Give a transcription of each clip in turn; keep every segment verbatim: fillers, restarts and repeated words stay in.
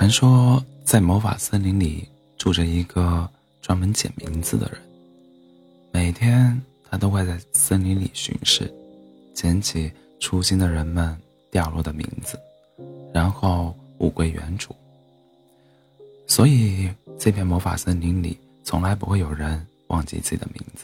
传说在魔法森林里住着一个专门捡名字的人，每天他都会在森林里巡视，捡起初心的人们掉落的名字，然后物归原主。所以这片魔法森林里从来不会有人忘记自己的名字，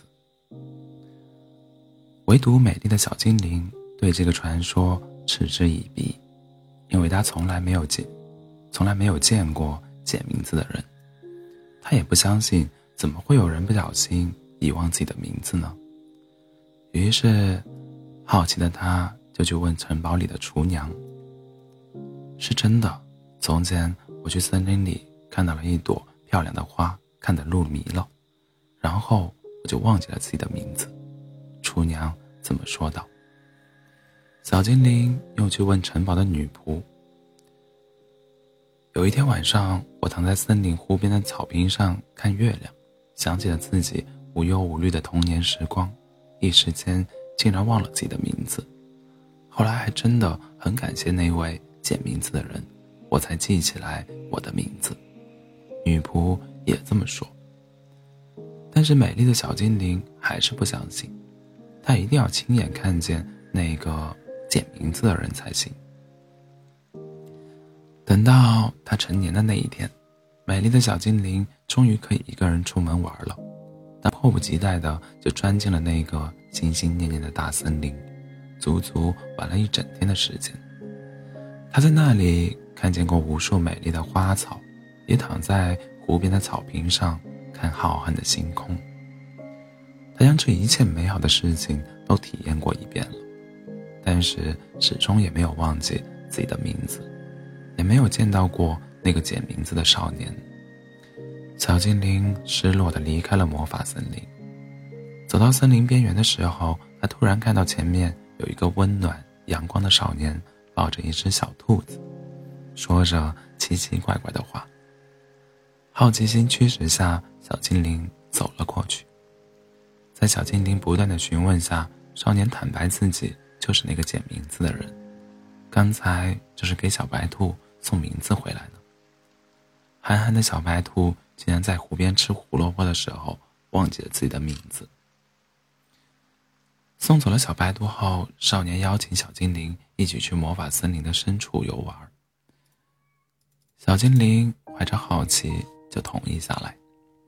唯独美丽的小精灵对这个传说嗤之以鼻，因为他从来没有见从来没有见过捡名字的人，他也不相信怎么会有人不小心遗忘自己的名字呢。于是好奇的他就去问城堡里的厨娘，是真的，从前我去森林里看到了一朵漂亮的花，看得入迷了，然后我就忘记了自己的名字。厨娘这么说道。小精灵又去问城堡的女仆，有一天晚上，我躺在森林湖边的草坪上看月亮，想起了自己无忧无虑的童年时光，一时间竟然忘了自己的名字。后来还真的很感谢那位捡名字的人，我才记起来我的名字。女仆也这么说。但是美丽的小精灵还是不相信，她一定要亲眼看见那个捡名字的人才行。等到她成年的那一天，美丽的小精灵终于可以一个人出门玩了。她迫不及待地就钻进了那个心心念念的大森林，足足玩了一整天的时间。她在那里看见过无数美丽的花草，也躺在湖边的草坪上看浩瀚的星空。她将这一切美好的事情都体验过一遍了，但是始终也没有忘记自己的名字，也没有见到过那个捡名字的少年。小精灵失落地离开了魔法森林。走到森林边缘的时候，他突然看到前面有一个温暖阳光的少年抱着一只小兔子，说着奇奇怪怪的话。好奇心驱使下，小精灵走了过去。在小精灵不断的询问下，少年坦白自己就是那个捡名字的人，刚才就是给小白兔送名字回来呢。憨憨的小白兔竟然在湖边吃胡萝卜的时候忘记了自己的名字。送走了小白兔后，少年邀请小精灵一起去魔法森林的深处游玩。小精灵怀着好奇就同意下来。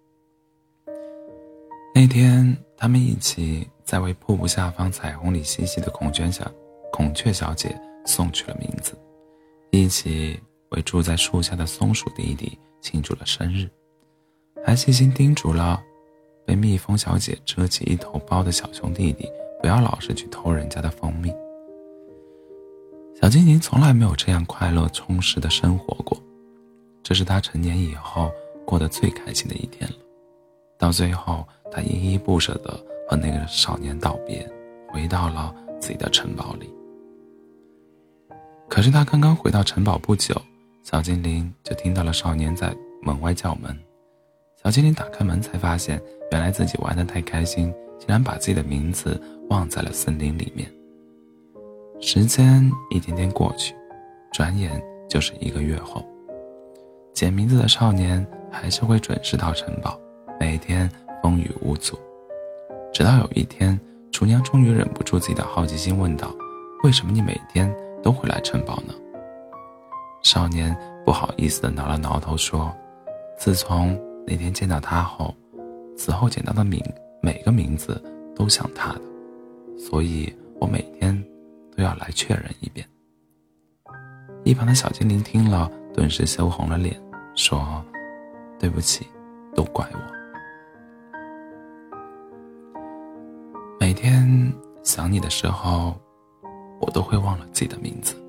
那天他们一起在为瀑布下方彩虹里嬉戏的孔雀小孔雀小姐送去了名字，一起为住在树下的松鼠弟弟庆祝了生日，还细心叮嘱了被蜜蜂小姐遮起一头包的小熊弟弟不要老是去偷人家的蜂蜜。小精灵从来没有这样快乐充实的生活过，这是他成年以后过得最开心的一天了。到最后，他依依不舍地和那个少年道别，回到了自己的城堡里。可是他刚刚回到城堡不久，小精灵就听到了少年在门外叫门。小精灵打开门才发现，原来自己玩得太开心，竟然把自己的名字忘在了森林里面。时间一天天过去，转眼就是一个月后。捡名字的少年还是会准时到城堡，每天风雨无阻。直到有一天，厨娘终于忍不住自己的好奇心问道，为什么你每天都会来城堡呢？少年不好意思地挠了挠头说，自从那天见到他后，此后捡到的名每个名字都像他的，所以我每天都要来确认一遍。一旁的小精灵听了顿时羞红了脸，说，对不起，都怪我。每天想你的时候，我都会忘了自己的名字。